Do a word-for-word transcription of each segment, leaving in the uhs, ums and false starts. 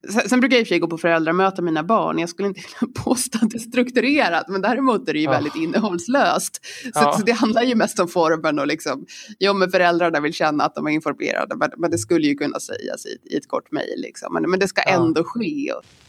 Sen, sen brukar jag i och för sig gå på föräldramöten med mina barn. Jag skulle inte påstå att det är strukturerat, men däremot är det ju ja. väldigt innehållslöst. Så, ja. så det handlar ju mest om formen och liksom, jo men föräldrarna vill känna att de är informerade, men, men det skulle ju kunna sägas i, i ett kort mejl liksom. Men, men det ska ja. ändå ske.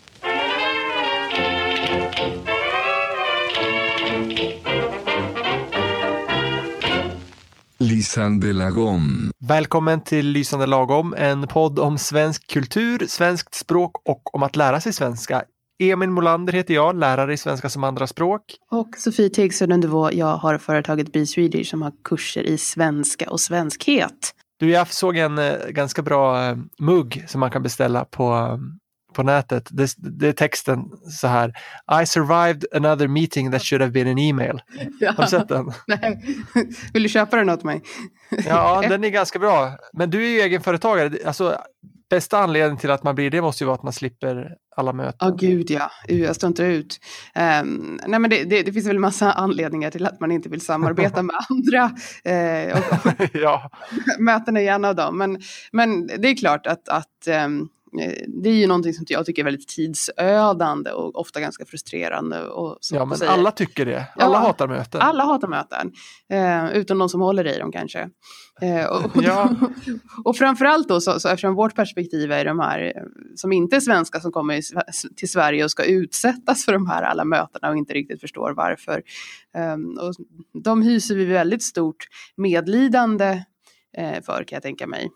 Lysande lagom. Välkommen till Lysande lagom, en podd om svensk kultur, svenskt språk och om att lära sig svenska. Emil Molander heter jag, lärare i svenska som andraspråk. Och Sofie Tegsund, jag har företaget Be Swedish som har kurser i svenska och svenskhet. Du, jag såg en eh, ganska bra eh, mugg som man kan beställa på... Eh, på nätet. Det, det är texten så här: I survived another meeting that should have been an email. Ja. Har du sett den? Nej. Vill du köpa den åt mig? Ja, den är ganska bra. Men du är ju egenföretagare. Alltså, bästa anledningen till att man blir det måste ju vara att man slipper alla möten. Ja, oh, gud ja. Jag står inte ut. Um, nej, men det, det, det finns väl en massa anledningar till att man inte vill samarbeta med andra. Uh, och, och ja. Möten är en av dem. Men, men det är klart att... att um, det är ju någonting som jag tycker är väldigt tidsödande och ofta ganska frustrerande. Och så ja, men alla tycker det. Alla ja, hatar möten. Alla hatar möten. Eh, utom de som håller i dem kanske. Eh, och, ja. och framförallt då, så, så eftersom vårt perspektiv är de här som inte är svenska som kommer till Sverige och ska utsättas för de här alla mötena och inte riktigt förstår varför. Eh, och de hyser vi väldigt stort medlidande eh, för, kan jag tänka mig.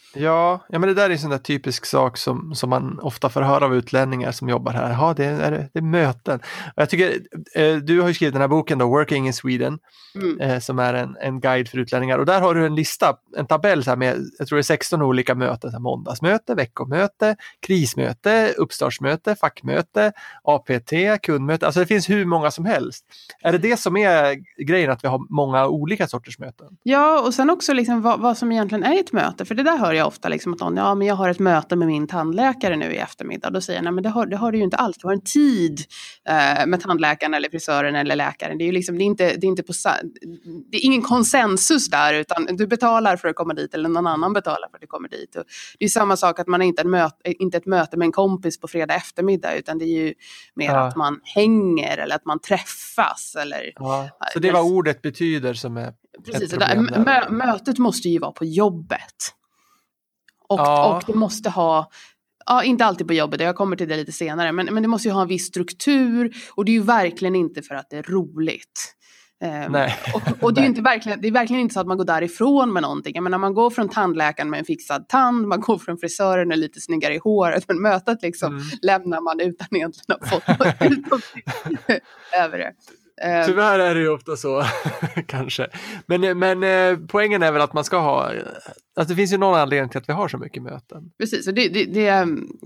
Ja, ja, men det där är en sån där typisk sak som, som man ofta får höra av utlänningar som jobbar här. Ja, det är, det är möten. Och jag tycker, eh, du har ju skrivit den här boken då, Working in Sweden, mm. eh, som är en, en guide för utlänningar. Och där har du en lista, en tabell så här med, jag tror det är sexton olika möten. Så här, måndagsmöte, veckomöte, krismöte, uppstartsmöte, fackmöte, A P T, kundmöte. Alltså det finns hur många som helst. Är det det som är grejen, att vi har många olika sorters möten? Ja, och sen också liksom vad, vad som egentligen är ett möte. För det där hör jag ofta liksom att någon, ja men jag har ett möte med min tandläkare nu i eftermiddag. Då säger jag, nej men det har, det har du ju inte alls. Du har en tid eh, med tandläkaren eller frisören eller läkaren. Det är ju liksom, det är inte, det är inte på, det är ingen konsensus där, utan du betalar för att komma dit eller någon annan betalar för att du kommer dit. Och det är samma sak att man inte, en möte, inte ett möte med en kompis på fredag eftermöte, utan det är ju mer ja. att man hänger eller att man träffas. Eller, ja. Så det är vad ordet betyder som är precis, ett problem där. Mö, mötet måste ju vara på jobbet. Och, ja. och det måste ha, ja, inte alltid på jobbet, jag kommer till det lite senare, men, men det måste ju ha en viss struktur, och det är ju verkligen inte för att det är roligt. Nej. Um, och, och det är ju inte verkligen, det är verkligen inte så att man går därifrån med någonting. Jag menar, man går från tandläkaren med en fixad tand, man går från frisören med lite snyggare i håret, men mötet liksom mm. lämnar man utan egentligen att få något över det. Tyvärr är det ju ofta så, kanske. Men, men eh, poängen är väl att man ska ha... Alltså det finns ju någon anledning till att vi har så mycket möten. Precis, och det, det, det,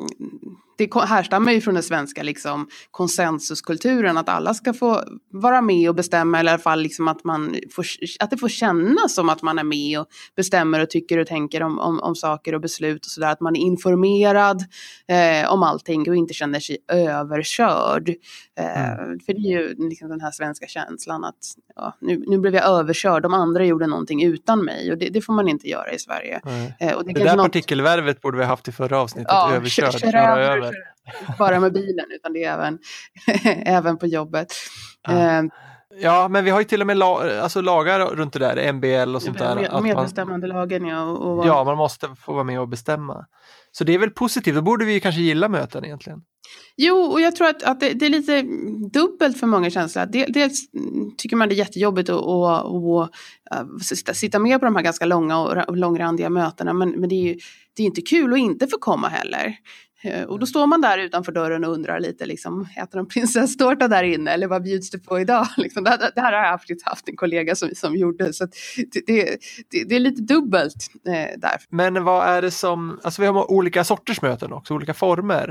det härstammar ju från den svenska liksom, konsensuskulturen, att alla ska få vara med och bestämma, eller i alla fall liksom att, man får, att det får kännas som att man är med och bestämmer och tycker och tänker om, om, om saker och beslut och sådär. Att man är informerad eh, om allting och inte känner sig överkörd. Eh, mm. För det är ju liksom den här svenska känslan att ja, nu, nu blev jag överkörd, de andra gjorde någonting utan mig, och det, det får man inte göra i Sverige. Eh, och det det där något... partikelvärvet borde vi ha haft i förra avsnittet, ja, överkörd, köra över. över. Bara med bilen, utan det är även, även på jobbet. Ja. Eh, ja, men vi har ju till och med la, alltså lagar runt det där, M B L och sånt där. Med, medbestämmandelagen, ja. Och, och... Ja, man måste få vara med och bestämma. Så det är väl positivt, då borde vi kanske gilla möten egentligen. Jo, och jag tror att, att det, det är lite dubbelt för många känslor. Dels tycker man det är jättejobbigt att, att, att, att sitta med på de här ganska långa och långrandiga mötena, men, men det är ju det är inte kul att inte få komma heller. Och då står man där utanför dörren och undrar lite, liksom, äter de prinsesstårta där inne, eller vad bjuds det på idag? Liksom, det, det här har jag faktiskt haft en kollega som, som gjorde, så att det, det, det, det är lite dubbelt eh, där. Men vad är det som, alltså vi har olika sorters möten också, olika former.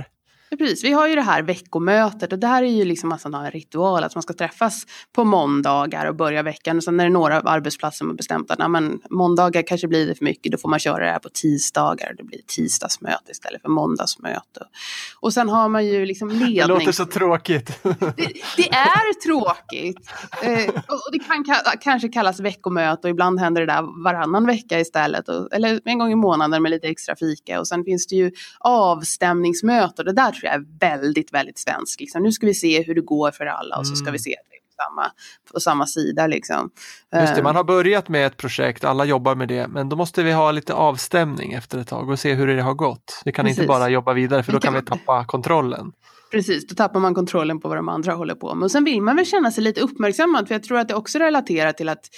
Ja, precis. Vi har ju det här veckomötet och det här är ju liksom alltså en ritual att man ska träffas på måndagar och börja veckan. Och sen är det några arbetsplatser som har bestämt att nej, men måndagar kanske blir det för mycket, då får man köra det här på tisdagar. Det blir tisdagsmöte istället för måndagsmöte. Och sen har man ju liksom ledning. Det låter så tråkigt. Det, det är tråkigt. Eh, och det kan ka- kanske kallas veckomöte och ibland händer det där varannan vecka istället. Och, eller en gång i månaden med lite extra fika. Och sen finns det ju avstämningsmöte och det där tror jag är väldigt, väldigt svenskt. Liksom. Nu ska vi se hur det går för alla och så ska vi se det på samma, på samma sida. Liksom. Just det, man har börjat med ett projekt, alla jobbar med det, men då måste vi ha lite avstämning efter ett tag och se hur det har gått. Vi kan Precis. inte bara jobba vidare för då kan vi tappa kontrollen. Precis, då tappar man kontrollen på vad de andra håller på med. Och sen vill man väl känna sig lite uppmärksammad, för jag tror att det också relaterar till att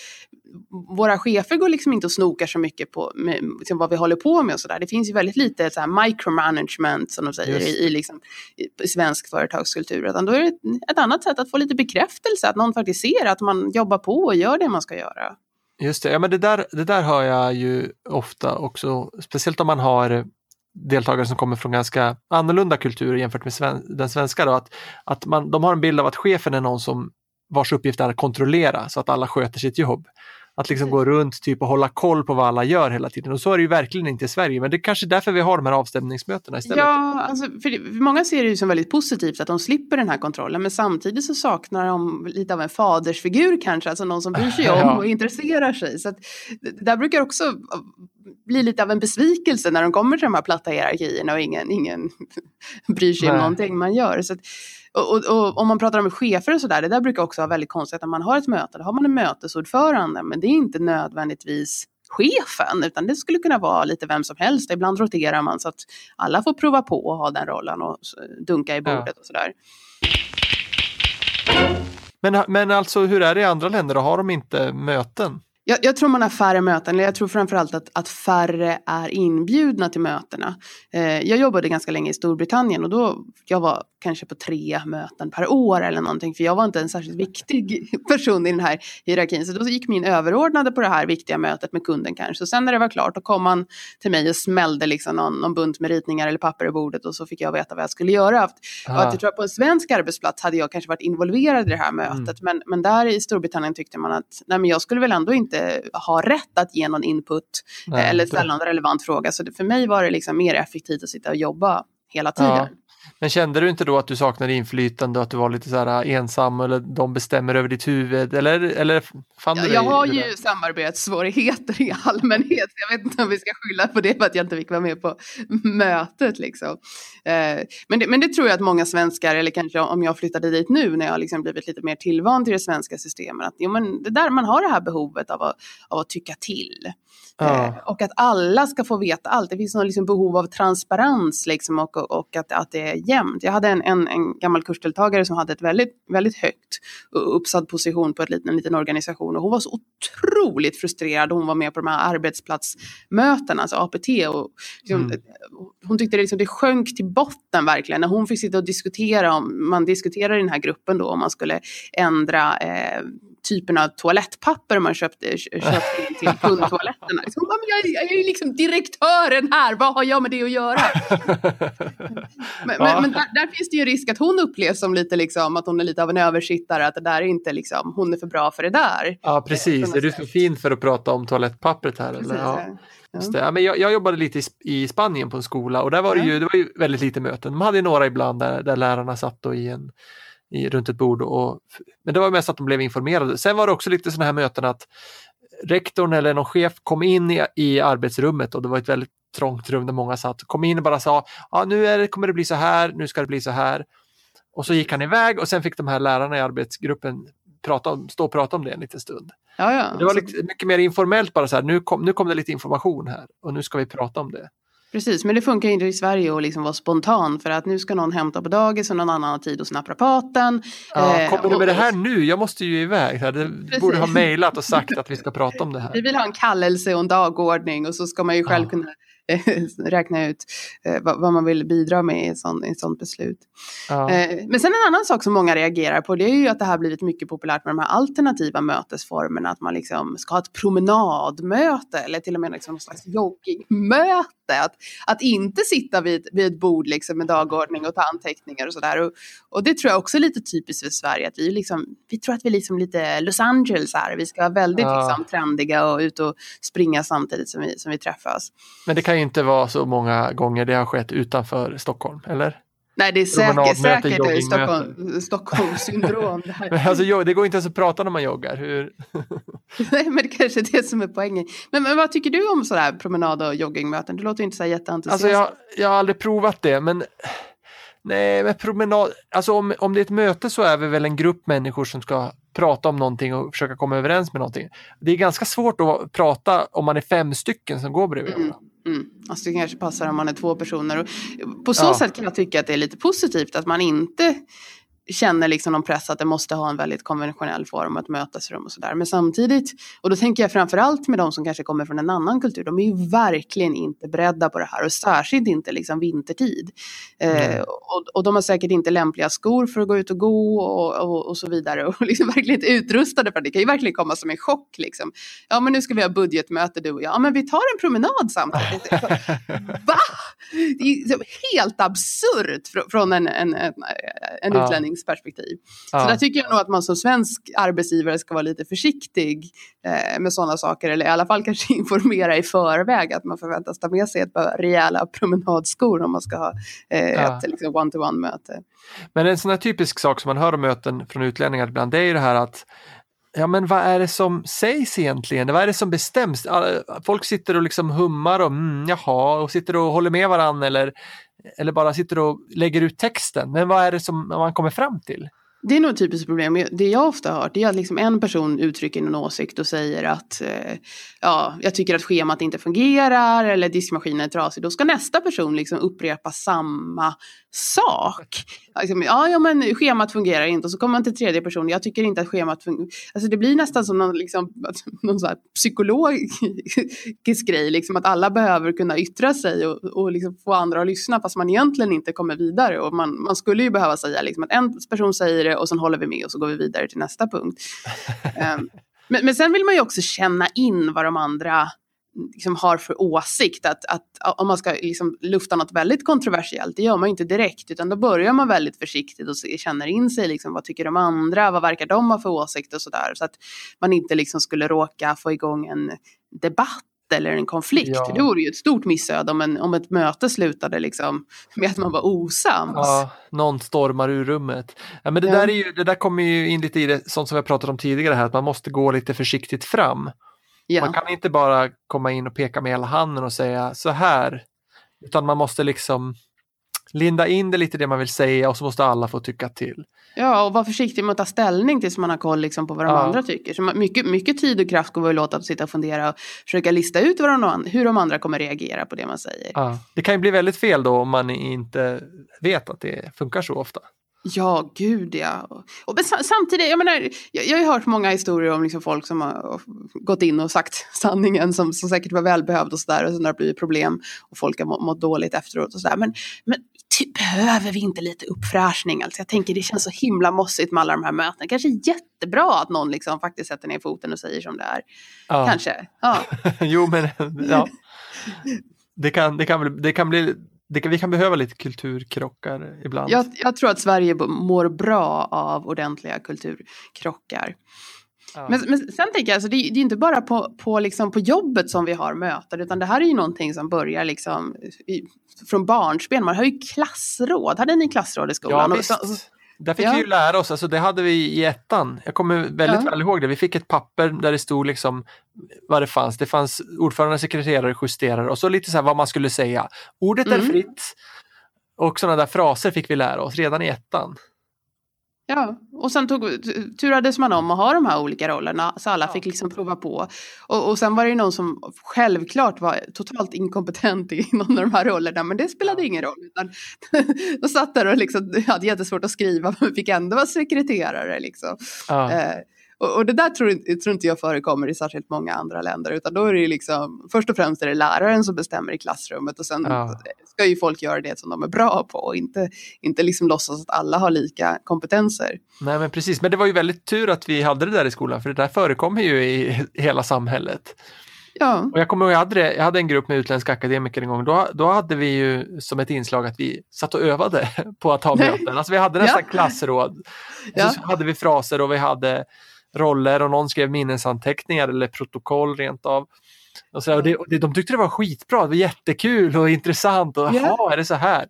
våra chefer går liksom inte och snokar så mycket på med, liksom vad vi håller på med och sådär. Det finns ju väldigt lite så här micromanagement som de säger i, i, liksom, i svensk företagskultur. Utan då är det ett, ett annat sätt att få lite bekräftelse, att någon faktiskt ser att man jobbar på och gör det man ska göra. Just det, ja men det där, det där hör jag ju ofta också, speciellt om man har deltagare som kommer från ganska annorlunda kulturer jämfört med sven- den svenska då, att, att man, de har en bild av att chefen är någon som vars uppgift är att kontrollera så att alla sköter sitt jobb. Att liksom gå runt typ och hålla koll på vad alla gör hela tiden. Och så är det ju verkligen inte i Sverige. Men det är kanske därför vi har de här avstämningsmötena istället. Ja, alltså, för, det, för många ser det ju som väldigt positivt att de slipper den här kontrollen. Men samtidigt så saknar de lite av en fadersfigur kanske. Alltså någon som bryr sig om ja. och intresserar sig. Så att, det där brukar också bli lite av en besvikelse när de kommer till de här platta hierarkierna och ingen, ingen bryr sig Nej. om någonting man gör. Så att, Och, och, och om man pratar om chefer och sådär, det där brukar också vara väldigt konstigt när man har ett möte. Då har man en mötesordförande, men det är inte nödvändigtvis chefen, utan det skulle kunna vara lite vem som helst. Ibland roterar man så att alla får prova på att ha den rollen och dunka i bordet ja. och sådär. Men, men alltså hur är det i andra länder? Då har de inte möten? Jag, jag tror man har färre möten, eller jag tror framförallt att, att färre är inbjudna till mötena. Eh, jag jobbade ganska länge i Storbritannien och då jag var kanske på tre möten per år eller någonting, för jag var inte en särskilt viktig person i den här hierarkin. Så då gick min överordnade på det här viktiga mötet med kunden kanske. Och sen när det var klart, då kom man till mig och smällde liksom någon, någon bunt med ritningar eller papper i bordet och så fick jag veta vad jag skulle göra. Och att jag tror att på en svensk arbetsplats hade jag kanske varit involverad i det här mötet. Mm. Men, men där i Storbritannien tyckte man att nej, men jag skulle väl ändå inte ha rätt att ge någon input nej, eller ställa någon relevant fråga. Så det, för mig var det liksom mer effektivt att sitta och jobba hela tiden. Ja. Men kände du inte då att du saknade inflytande och att du var lite så här ensam eller de bestämmer över ditt huvud? Eller, eller fann du jag, jag har ju det? samarbetssvårigheter i allmänhet. Jag vet inte om vi ska skylla på det för att jag inte fick vara med på mötet. Liksom. Eh, men, det, men det tror jag att många svenskar, eller kanske om jag flyttade dit nu när jag liksom blivit lite mer tillvan till det svenska systemet. Att, jo, men det där man har det här behovet av att, av att tycka till. Ja. Eh, och att alla ska få veta allt. Det finns någon liksom behov av transparens liksom, och, och, och att, att det är jämnt. Jag hade en, en, en gammal kursdeltagare som hade ett väldigt, väldigt högt uppsatt position på ett liten, en liten organisation. Och hon var så otroligt frustrerad. Hon var med på de här arbetsplatsmötena, alltså A P T. Och, liksom, mm. Hon tyckte det, liksom, det sjönk till botten verkligen. När hon fick sitta och diskutera, om, man diskuterade i den här gruppen då, om man skulle ändra eh, typen av toalettpapper man köpte, köpte till kundtoaletterna. Liksom, jag, jag är ju liksom direktören här, vad har jag med det att göra? men ja. men, men där, där finns det ju risk att hon upplevs som lite liksom, att hon är lite av en översittare, att det där är inte liksom, hon är för bra för det där. Ja, precis. Är du för fin för att prata om toalettpappret här? Eller? Ja. Just det. Ja, men jag, jag jobbade lite i, i Spanien på en skola och där var det ju, det var ju väldigt lite möten. De hade några ibland där, där lärarna satt då i en I, runt ett bord. Och, men det var mest att de blev informerade. Sen var det också lite sådana här möten att rektorn eller någon chef kom in i, i arbetsrummet och det var ett väldigt trångt rum där många satt. Kom in och bara sa, ja nu är det, kommer det bli så här, nu ska det bli så här. Och så gick han iväg och sen fick de här lärarna i arbetsgruppen prata om, stå och prata om det en liten stund. Ja, ja. Det var lite, mycket mer informellt bara så här, nu kom, nu kom det lite information här och nu ska vi prata om det. Precis, men det funkar inte i Sverige att liksom vara spontan för att nu ska någon hämta på dagis och någon annan tid hos naprapaten. Ja, kommer du med det här nu? Jag måste ju iväg. Du Precis. borde ha mejlat och sagt att vi ska prata om det här. Vi vill ha en kallelse och en dagordning och så ska man ju själv ja. kunna eh, räkna ut eh, vad, vad man vill bidra med i ett sånt, i ett sånt beslut. Ja. Eh, men sen en annan sak som många reagerar på, det är ju att det här blivit mycket populärt med de här alternativa mötesformerna, att man liksom ska ha ett promenadmöte eller till och med liksom någon slags joggingmöte. Att, att inte sitta vid, vid ett bord liksom med dagordning och ta anteckningar och sådär. Och, och det tror jag också är lite typiskt för Sverige, att vi, liksom, vi tror att vi är liksom lite Los Angeles här. Vi ska vara väldigt Ja. liksom, trendiga och ut och springa samtidigt som vi, som vi träffas. Men det kan ju inte vara så många gånger det har skett utanför Stockholm, eller? Nej, det är säkert, Promenadmöte, säkert det är joggingmöte. Stockholm, Stockholmssyndrom. Det här. Men alltså, jo, det går inte ens att prata när man joggar. Hur? Nej, men det kanske är det som är poängen. Men, men vad tycker du om sådär promenad- och joggingmöten? Du låter ju inte så jätteentusiastisk. Alltså jag, jag har aldrig provat det, men nej, men promenad, alltså om, om det är ett möte så är vi väl en grupp människor som ska prata om någonting och försöka komma överens med någonting. Det är ganska svårt att prata om man är fem stycken som går bredvid. Mm. Mm. Alltså det kanske passar om man är två personer. Och på så Ja. sätt kan jag tycka att det är lite positivt att man inte känner liksom någon press att det måste ha en väldigt konventionell form, ett mötesrum och sådär. Men samtidigt, och då tänker jag framförallt med de som kanske kommer från en annan kultur, de är ju verkligen inte beredda på det här, och särskilt inte liksom vintertid. Eh, och, och de har säkert inte lämpliga skor för att gå ut och gå och, och, och så vidare, och liksom verkligen inte utrustade för det. Det kan ju verkligen komma som en chock liksom. Ja, men nu ska vi ha budgetmöte du och jag. Ja, men vi tar en promenad samtidigt. Va? Det är så helt absurt fr- från en, en, en, en Ja. utlänning perspektiv. Ja. Så där tycker jag nog att man som svensk arbetsgivare ska vara lite försiktig eh, med sådana saker, eller i alla fall kanske informera i förväg att man förväntas ta med sig ett par rejäla promenadskor om man ska ha eh, Ja. ett liksom, one-to-one möte. Men en sån här typisk sak som man hör om möten från utlänningar ibland, det är ju det här att ja, men vad är det som sägs egentligen? Vad är det som bestäms? Folk sitter och liksom hummar och mm, jaha, och sitter och håller med varandra eller, eller bara sitter och lägger ut texten. Men vad är det som man kommer fram till? Det är nog ett typiskt problem. Det jag ofta har hört är att liksom en person uttrycker en åsikt och säger att eh, ja, jag tycker att schemat inte fungerar eller diskmaskinen är trasig. Då ska nästa person liksom upprepa samma sak. Liksom, ja, ja, men schemat fungerar inte. Och så kommer man till tredje person. Jag tycker inte att schemat fungerar. Alltså det blir nästan som någon, liksom, någon så här psykologisk grej. Liksom, att alla behöver kunna yttra sig och, och liksom få andra att lyssna fast man egentligen inte kommer vidare. Och man, man skulle ju behöva säga liksom, att en person säger det och sen håller vi med och så går vi vidare till nästa punkt. um, men, men sen vill man ju också känna in vad de andra liksom har för åsikt. Att, att om man ska liksom lufta något väldigt kontroversiellt, det gör man ju inte direkt, utan då börjar man väldigt försiktigt och känner in sig. Liksom, vad tycker de andra? Vad verkar de ha för åsikt och sådär. Så att man inte liksom skulle råka få igång en debatt eller en konflikt. Ja. Det vore ju ett stort missöde om, en, om ett möte slutade liksom med att man var osams. Ja, någon stormar ur rummet. Ja, men det, Ja. där är ju, det där kommer ju in lite i det, sånt som vi har pratat om tidigare här, att man måste gå lite försiktigt fram. Ja. Man kan inte bara komma in och peka med hela handen och säga så här, utan man måste liksom linda in det lite det man vill säga och så måste alla få tycka till. Ja, och vara försiktig med att ta ställning tills man har koll liksom på vad de Ja. andra tycker. Så mycket, mycket tid och kraft går väl åt att sitta och fundera och försöka lista ut vad de, hur de andra kommer reagera på det man säger. Ja. Det kan ju bli väldigt fel då om man inte vet att det funkar så ofta. Ja, gud ja. Och, men samtidigt, jag menar, jag, jag har ju hört många historier om liksom folk som har gått in och sagt sanningen som, som säkert var välbehövd och sådär, och sen har det blivit problem och folk har må, mått dåligt efteråt och sådär. Men, men typ, behöver vi inte lite uppfräschning? Alltså jag tänker, det känns så himla mossigt med alla de här mötena. Kanske jättebra att någon liksom faktiskt sätter ner foten och säger som det är. Ja. Kanske, ja. Jo, men ja. Det kan, det kan, bli, det kan bli... Det kan, vi kan behöva lite kulturkrockar ibland. Jag, jag tror att Sverige mår bra av ordentliga kulturkrockar. Ja. Men, men sen tänker jag, alltså, det, det är inte bara på, på, liksom, på jobbet som vi har möten, utan det här är ju någonting som börjar liksom, i, från barnsben. Man har ju klassråd. Hade ni klassråd i skolan? Ja, Och visst. så- Där fick Ja. vi ju lära oss, alltså det hade vi i ettan. Jag kommer väldigt Ja. väl ihåg det. Vi fick ett papper där det stod liksom vad det fanns. Det fanns ordförande, sekreterare, justerare och så lite så här vad man skulle säga. Ordet är Mm. fritt. Och sådana där fraser fick vi lära oss redan i ettan. Ja, och sen tog, turades man om att ha de här olika rollerna, så alla Ja. fick liksom prova på. Och, och sen var det ju någon som självklart var totalt inkompetent i någon av de här rollerna, men det spelade Ja. ingen roll. Utan de satt där och liksom hade jättesvårt att skriva, men fick ändå vara sekreterare liksom. Ja. Eh, Och, och det där tror, tror inte jag förekommer i särskilt många andra länder, utan då är det ju liksom, först och främst är det läraren som bestämmer i klassrummet, och sen ja. ska ju folk göra det som de är bra på och inte, inte liksom låtsas att alla har lika kompetenser. Nej, men precis, men det var ju väldigt tur att vi hade det där i skolan, för det där förekommer ju i hela samhället. Ja. Och jag kommer ihåg, jag hade, jag hade en grupp med utländska akademiker en gång. Då, då hade vi ju som ett inslag att vi satt och övade på att ha möten. Alltså vi hade nästan ja. klassråd. Ja. Så hade vi fraser och vi hade roller och någon skrev minnesanteckningar eller protokoll rent av. Och så, och det, och det, de tyckte det var skitbra, det var jättekul och intressant. Och jaha, ja. är det så här?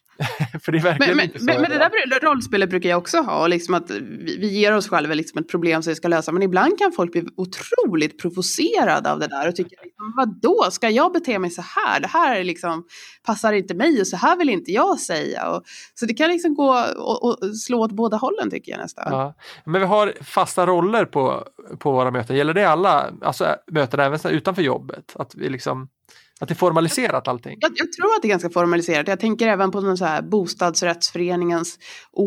För det är verkligen men, inte så. Men, men det där rollspelet brukar jag också ha. Liksom att vi, vi ger oss själva liksom ett problem som vi ska lösa. Men ibland kan folk bli otroligt provocerade av det där. Och tycker, liksom, vadå? Ska jag bete mig så här? Det här är liksom, passar inte mig. Och så här vill inte jag säga. Och, så det kan liksom gå och, och slå åt båda hållen, tycker jag nästan. Ja. Men vi har fasta roller på, på våra möten. Gäller det alla alltså, möten även utanför jobbet? Att vi liksom... Att det är formaliserat allting? Jag, jag tror att det är ganska formaliserat. Jag tänker även på någon så här bostadsrättsföreningens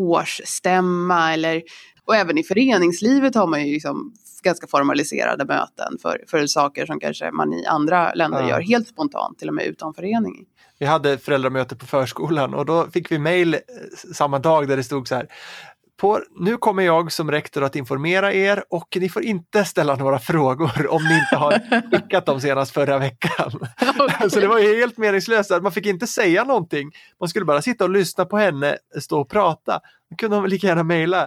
årsstämma. Eller, och även i föreningslivet har man ju liksom ganska formaliserade möten för, för saker som kanske man i andra länder ja. gör helt spontant, till och med utan förening. Vi hade föräldramöte på förskolan och då fick vi mejl samma dag där det stod så här: På, nu kommer jag som rektor att informera er och ni får inte ställa några frågor om ni inte har skickat dem senast förra veckan. Okay. Så det var ju helt meningslöst. Man fick inte säga någonting. Man skulle bara sitta och lyssna på henne, stå och prata. Då kunde man lika gärna mejla.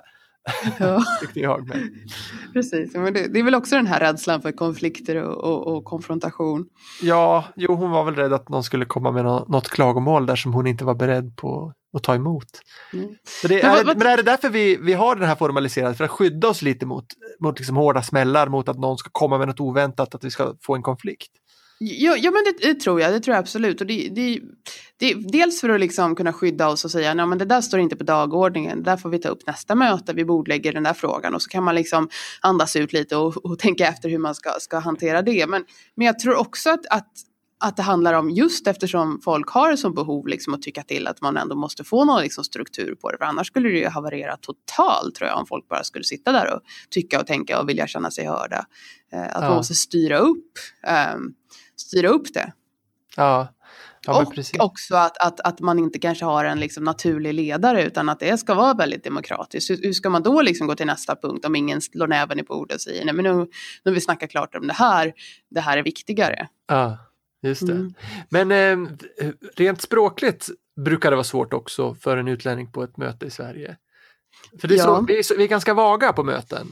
Ja. Tyckte jag med. Precis, men det, det är väl också den här rädslan för konflikter och, och, och konfrontation. Ja, jo, hon var väl rädd att någon skulle komma med något, något klagomål där som hon inte var beredd på att ta emot. Mm. Så det, är, men, vad, men är det därför vi, vi har den här formaliserade, för att skydda oss lite mot, mot liksom hårda smällar, mot att någon ska komma med något oväntat, att vi ska få en konflikt? Ja, ja men det, det tror jag, det tror jag absolut. Och det, det, det, dels för att liksom kunna skydda oss och säga, nej men det där står inte på dagordningen, där får vi ta upp nästa möte, vi bordlägger den där frågan, och så kan man liksom andas ut lite och, och tänka efter hur man ska, ska hantera det. Men, men jag tror också att, att, att det handlar om, just eftersom folk har det som behov liksom, att tycka till, att man ändå måste få någon liksom, struktur på det, för annars skulle det ju haverera totalt, tror jag, om folk bara skulle sitta där och tycka och tänka och vilja känna sig hörda. Eh, att ja. man måste styra upp um, styra upp det. Ja, ja och precis. också att, att, att man inte kanske har en liksom naturlig ledare, utan att det ska vara väldigt demokratiskt. Hur, hur ska man då liksom gå till nästa punkt om ingen slår näven i bordet och säger nej men nu, nu vi snackar klart om det här, det här är viktigare. Ja, just det. Mm. Men eh, rent språkligt brukar det vara svårt också för en utlänning på ett möte i Sverige. För det är ja. så, vi, är så, vi är ganska vaga på möten.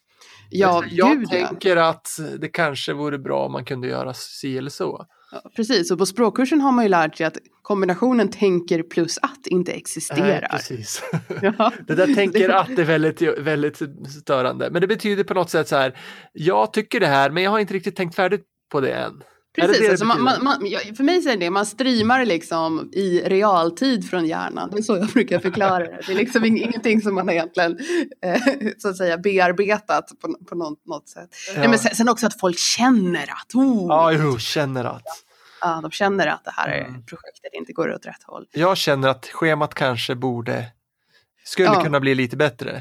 Ja, jag gud, tänker ja. att det kanske vore bra om man kunde göra si eller så. Ja, precis, och på språkkursen har man ju lärt sig att kombinationen tänker plus att inte existerar. Nej, precis. Ja. Det där tänker att det är väldigt, väldigt störande. Men det betyder på något sätt så här, jag tycker det här men jag har inte riktigt tänkt färdigt på det än. Precis, det det alltså man, man, man, för mig säger det, man streamar liksom i realtid från hjärnan. Det är så jag brukar förklara det. Det är liksom ingenting som man egentligen eh, så att säga bearbetat på, på något, något sätt. Ja. Nej, men sen, sen också att folk känner att... Oh, ja, jo, känner att. Ja, de känner att det här är mm. projektet inte går åt rätt håll. Jag känner att schemat kanske borde, skulle ja. kunna bli lite bättre.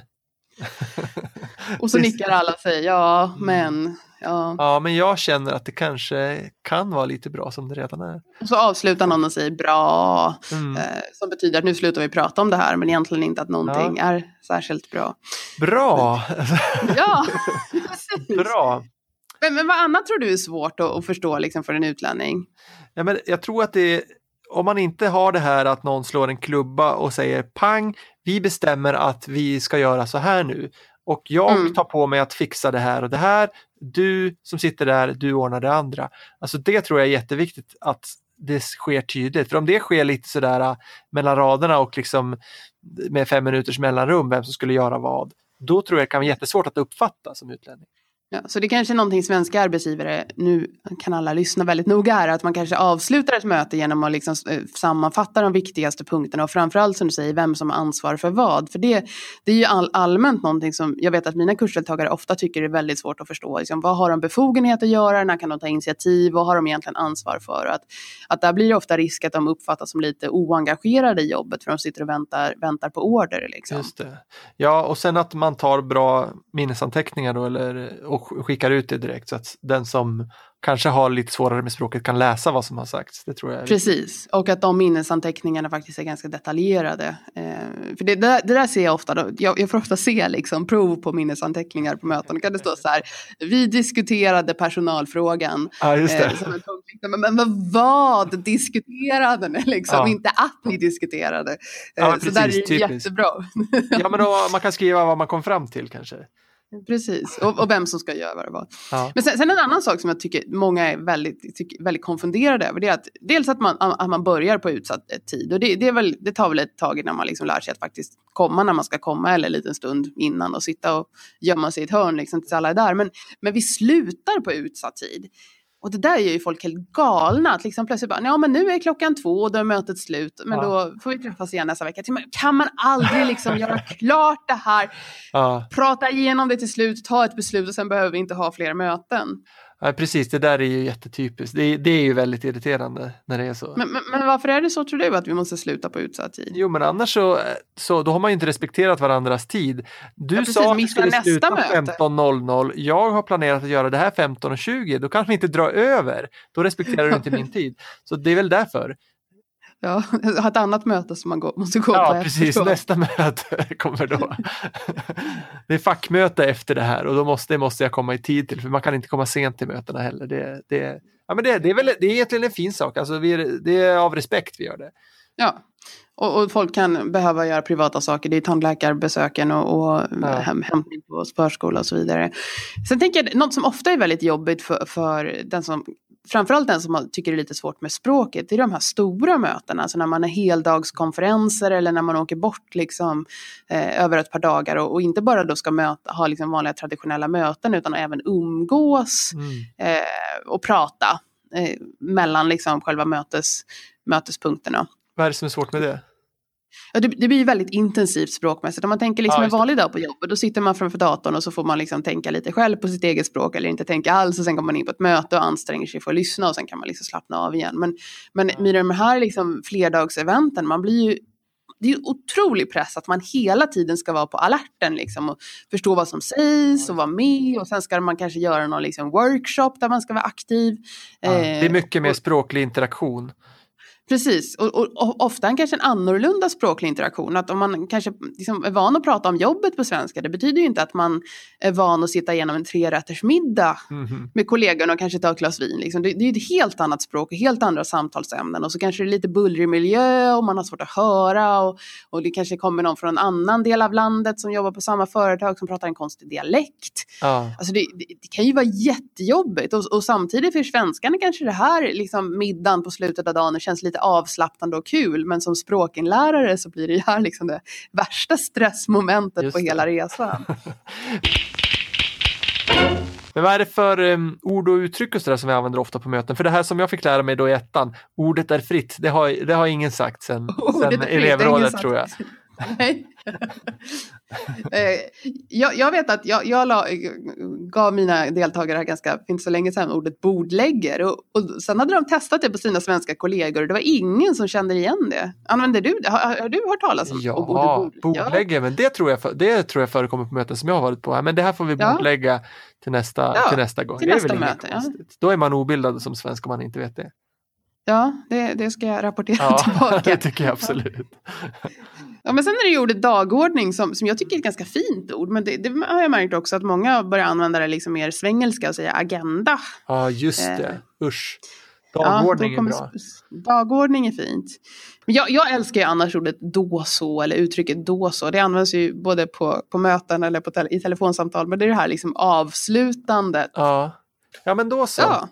Och så nickar alla och säger ja, men... Ja. ja, men jag känner att det kanske kan vara lite bra som det redan är. Och så avslutar någon och säger bra. Mm. Eh, som betyder att nu slutar vi prata om det här, men egentligen inte att någonting ja. är särskilt bra. Bra! Ja, precis. Bra. Men, men vad annat tror du är svårt att, att förstå liksom, för en utlänning? Ja, men jag tror att det är, om man inte har det här att någon slår en klubba och säger pang, vi bestämmer att vi ska göra så här nu. Och jag mm. tar på mig att fixa det här och det här. Du som sitter där, du ordnar det andra. Alltså det tror jag är jätteviktigt att det sker tydligt. För om det sker lite sådär mellan raderna och liksom med fem minuters mellanrum vem som skulle göra vad. Då tror jag det kan vara jättesvårt att uppfatta som utlänning. Ja, så det kanske är någonting svenska arbetsgivare, nu kan alla lyssna väldigt noga här, att man kanske avslutar ett möte genom att liksom sammanfatta de viktigaste punkterna och framförallt som du säger, vem som har ansvar för vad. För det, det är ju all, allmänt någonting som jag vet att mina kursdeltagare ofta tycker är väldigt svårt att förstå. Liksom, vad har de befogenhet att göra, när kan de ta initiativ, vad har de egentligen ansvar för? Att, att där blir det ofta risk att de uppfattas som lite oengagerade i jobbet för de sitter och väntar, väntar på order. Liksom. Just det. Ja, och sen att man tar bra minnesanteckningar då, eller och skickar ut det direkt så att den som kanske har lite svårare med språket kan läsa vad som har sagts. Det tror jag är Precis, och att de minnesanteckningarna faktiskt är ganska detaljerade. Eh, för det, det, det där ser jag ofta, då. Jag, jag får ofta se liksom prov på minnesanteckningar på möten. Då kan det stå så här, vi diskuterade personalfrågan. Ja, just det. Eh, som en punkt, liksom. men, men vad diskuterade ni? Liksom? Ja. Inte att ni diskuterade. Eh, Ja, så precis, där är det typiskt. jättebra. Ja, men då, man kan skriva vad man kom fram till kanske. Precis, och, och vem som ska göra vad. Ja. Men sen, sen en annan sak som jag tycker många är väldigt, tycker, väldigt konfunderade över, det är att dels att man, att man börjar på utsatt tid, och det, det, är väl, det tar väl ett tag innan man liksom lär sig att faktiskt komma när man ska komma, eller en liten stund innan och sitta och gömma sig i ett hörn liksom, tills alla är där, men, men vi slutar på utsatt tid. Och det där gör ju folk helt galna. Att liksom plötsligt bara, ja men nu är klockan två och då är mötet slut. Men ja. Då får vi träffas igen nästa vecka. Kan man aldrig liksom göra klart det här? Ja. Prata igenom det till slut, ta ett beslut och sen behöver vi inte ha fler möten. Ja, precis, det där är ju jättetypiskt. Det, det är ju väldigt irriterande när det är så. Men, men, men varför är det så, tror du, att vi måste sluta på utsatt tid? Jo, men annars så, så då har man ju inte respekterat varandras tid. Du ja, precis, sa att vi skulle nästa sluta möte. femton noll noll. Jag har planerat att göra det här femton tjugo. Då kanske vi inte drar över. Då respekterar du inte min tid. Så det är väl därför. Ja, jag har ett annat möte som man går, måste gå ja, på. Ja, precis. Nästa möte kommer då. Det är fackmöte efter det här och då måste, det måste jag komma i tid till, för man kan inte komma sent till mötena heller. Det, det, ja, men det, det, är väl, det är egentligen en fin sak. Alltså, vi, det är av respekt vi gör det. Ja, och, och folk kan behöva göra privata saker. Det är tandläkarbesöken och, och ja. hem, hämtning på förskola och så vidare. Sen tänker jag, något som ofta är väldigt jobbigt för, för den som, framförallt den som tycker det är lite svårt med språket, det är de här stora mötena. Alltså när man är heldagskonferenser eller när man åker bort liksom, eh, över ett par dagar och, och inte bara då ska möta, ha liksom vanliga traditionella möten utan även umgås mm. eh, och prata eh, mellan liksom själva mötes, mötespunkterna. Vad är det som är svårt med det? Ja, det, det blir ju väldigt intensivt språkmässigt. Om man tänker liksom ja, en vanlig dag på jobbet, då sitter man framför datorn och så får man liksom tänka lite själv på sitt eget språk eller inte tänka alls, och sen kommer man in på ett möte och anstränger sig för att lyssna och sen kan man liksom slappna av igen. Men, men med de här liksom flerdagseventen, man blir ju, det är ju otrolig press att man hela tiden ska vara på alerten liksom, och förstå vad som sägs och vara med, och sen ska man kanske göra någon liksom workshop där man ska vara aktiv. Ja, det är mycket mer språklig interaktion. Precis, och, och, och ofta en kanske en annorlunda språklig interaktion. Att om man kanske liksom är van att prata om jobbet på svenska, det betyder ju inte att man är van att sitta igenom en trerättersmiddag mm-hmm. med kollegorna och kanske ta ett glas vin. Liksom. Det, det är ju ett helt annat språk och helt andra samtalsämnen. Och så kanske det är lite bullrig miljö och man har svårt att höra. Och, och det kanske kommer någon från en annan del av landet som jobbar på samma företag som pratar en konstig dialekt. Ja. Alltså det, det, det kan ju vara jättejobbigt. Och, och samtidigt för svenskarna kanske det här liksom, middagen på slutet av dagen känns lite avslappnande och kul, men som språkinlärare så blir det här liksom det värsta stressmomentet Just på det. Hela resan. Men vad är det för um, ord och uttryck och sådär som vi använder ofta på möten? För det här som jag fick lära mig då i ettan, ordet är fritt, det har, det har ingen sagt sen, sen elevrådet tror jag. Nej. jag, jag vet att jag, jag la, gav mina deltagare här ganska, inte så länge sedan, ordet bordlägger, och, och sen hade de testat det på sina svenska kollegor och det var ingen som kände igen det. Använder du det? Har, har du hört talas om ja, ordet bord? bordlägger? Ja, men det tror, jag, det tror jag förekommer på möten som jag har varit på. Men det här får vi bordlägga ja. till, nästa, ja, till nästa gång. Till det nästa är möte, ja. Då är man obildad som svensk om man inte vet det. Ja, det, det ska jag rapportera ja, tillbaka. Det tycker jag absolut. Ja, men sen är det ju ordet dagordning som, som jag tycker är ett ganska fint ord. Men det, det har jag märkt också att många börjar använda det liksom mer svengelska och säga agenda. Ja, just det. Eh. Usch. Dagordning ja, är bra. Dagordning är fint. Men jag, jag älskar ju annars ordet då så, eller uttrycket då så. Det används ju både på, på möten eller på te- i telefonsamtal. Men det är det här liksom avslutandet. Ja, ja men då så. Ja.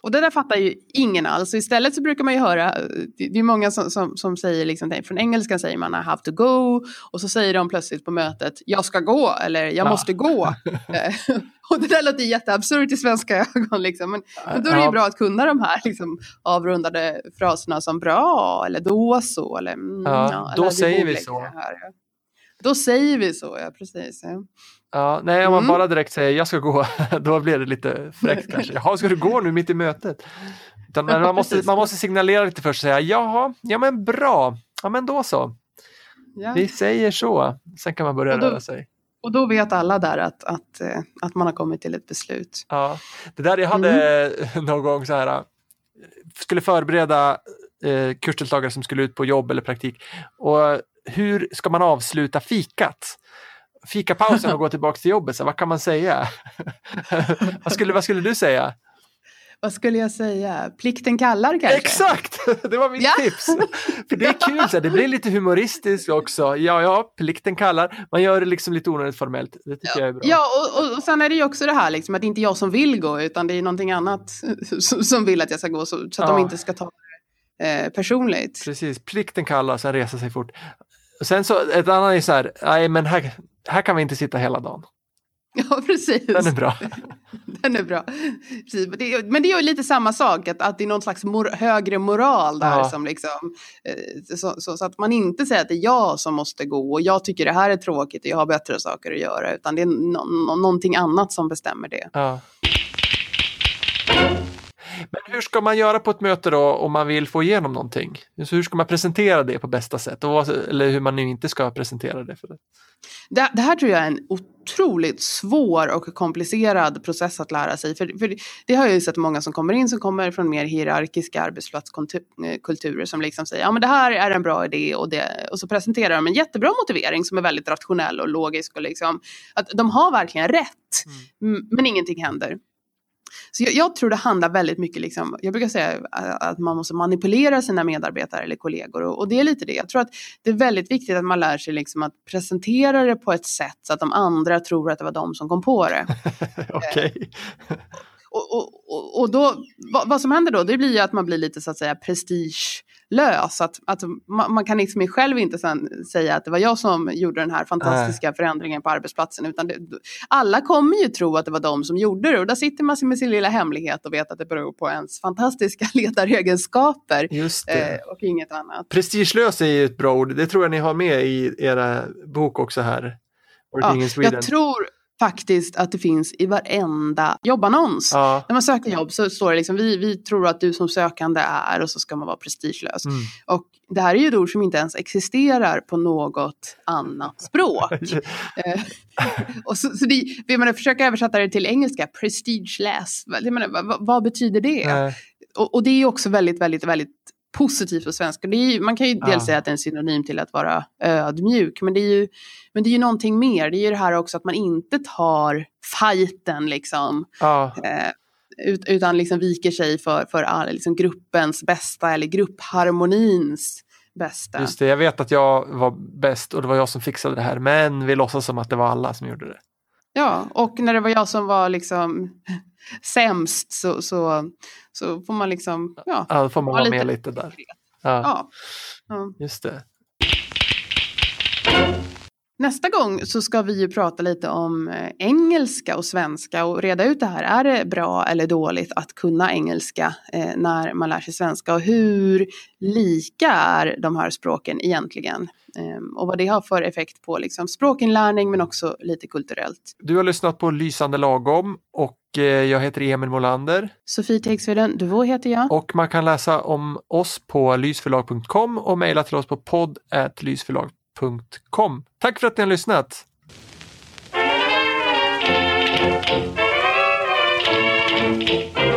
Och det där fattar ju ingen alls. Så istället så brukar man ju höra, det är många som, som, som säger liksom, från engelskan säger man I have to go. Och så säger de plötsligt på mötet, jag ska gå eller jag ja. måste gå. Och det där låter jätteabsurt i svenska ögon. Liksom. Men, men då är det ju ja. bra att kunna de här liksom, avrundade fraserna som bra eller då så. Eller, mm, ja, ja, då eller, säger vi så. Här, ja. Då säger vi så, ja precis. Ja. Ja, nej, om man mm. bara direkt säger jag ska gå, då blir det lite fräckt kanske. Jaha, ska du gå nu mitt i mötet? Utan, men man, måste, man måste signalera lite först och säga, jaha, ja men bra, ja men då så. Ja. Vi säger så, sen kan man börja då, röra sig. Och då vet alla där att, att, att man har kommit till ett beslut. Ja, det där jag hade mm. någon gång så här, skulle förbereda eh, kursdeltagare som skulle ut på jobb eller praktik. Och hur ska man avsluta fikat? Fikapausen och gå tillbaka till jobbet, så vad kan man säga? vad, skulle, vad skulle du säga? Vad skulle jag säga? Plikten kallar kanske? Exakt! Det var mitt ja. tips. För det är kul, så det blir lite humoristiskt också. Ja, ja, plikten kallar. Man gör det liksom lite onödigt formellt. Det tycker ja. jag är bra. Ja, och, och sen är det ju också det här liksom, att det inte är jag som vill gå, utan det är någonting annat som vill att jag ska gå, så, så att ja. de inte ska ta det eh, personligt. Precis, plikten kallar, sen resa sig fort. Och sen så, ett annat är så här, nej men här, här kan vi inte sitta hela dagen. Ja, precis. Den är bra. Den är bra. Precis. Det är, men det är ju lite samma sak, att, att det är någon slags mor, högre moral där ja. som liksom, eh, så, så, så att man inte säger att det är jag som måste gå och jag tycker det här är tråkigt och jag har bättre saker att göra, utan det är no, no, någonting annat som bestämmer det. Ja. Men hur ska man göra på ett möte då om man vill få igenom någonting? Så hur ska man presentera det på bästa sätt? Och, eller hur man nu inte ska presentera det för det? Det, det här tror jag är en otroligt svår och komplicerad process att lära sig. För, för det har jag ju sett många som kommer in som kommer från mer hierarkiska arbetsplatskulturer som liksom säger ja men det här är en bra idé och, det, och så presenterar de en jättebra motivering som är väldigt rationell och logisk och liksom att de har verkligen rätt mm. men ingenting händer. Så jag, jag tror det handlar väldigt mycket, liksom, jag brukar säga att man måste manipulera sina medarbetare eller kollegor och, och det är lite det. Jag tror att det är väldigt viktigt att man lär sig liksom att presentera det på ett sätt så att de andra tror att det var de som kom på det. Okej. Okay. Och, och, och, och då, vad, vad som händer då, det blir ju att man blir lite så att säga prestigelös. Att, att man, man kan liksom själv inte sen säga att det var jag som gjorde den här fantastiska äh. förändringen på arbetsplatsen. Utan det, alla kommer ju tro att det var de som gjorde det. Och där sitter man med sin lilla hemlighet och vet att det beror på ens fantastiska ledaregenskaper. Just det. Eh, och inget annat. Prestigelös är ju ett bra ord. Det tror jag ni har med i era bok också här. Working ja, in Sweden. Jag tror faktiskt att det finns i varenda jobbannons. Ja. När man söker jobb så står det liksom vi, vi tror att du som sökande är, och så ska man vara prestigelös. Mm. Och det här är ju ett ord som inte ens existerar på något annat språk. eh, och så, så det, vill man försöka översätta det till engelska, prestigeless. Vad, vad, vad betyder det? Mm. Och, och det är ju också väldigt, väldigt, väldigt positivt på svenska. Det är ju, man kan ju dels ja. säga att det är en synonym till att vara ödmjuk, men det är ju, men det är ju någonting mer. Det är ju det här också att man inte tar fighten liksom, ja. eh, ut, utan liksom viker sig för, för all, liksom gruppens bästa eller gruppharmonins bästa. Just det, jag vet att jag var bäst och det var jag som fixade det här, men vi låtsas som att det var alla som gjorde det. Ja, och när det var jag som var liksom sämst så, så, så får man liksom ja, ja, då får man vara med lite där. Ja. Ja. Ja. Just det. Nästa gång så ska vi ju prata lite om engelska och svenska och reda ut det här. Är det bra eller dåligt att kunna engelska eh, när man lär sig svenska? Och hur lika är de här språken egentligen? Eh, och vad det har för effekt på liksom, språkinlärning men också lite kulturellt. Du har lyssnat på Lysande lagom och eh, jag heter Emil Molander. Sofie Tegsveden, du heter jag. Och man kan läsa om oss på lysförlag punkt com och mejla till oss på podd at lysförlag punkt com. Tack för att ni har lyssnat. Thank you.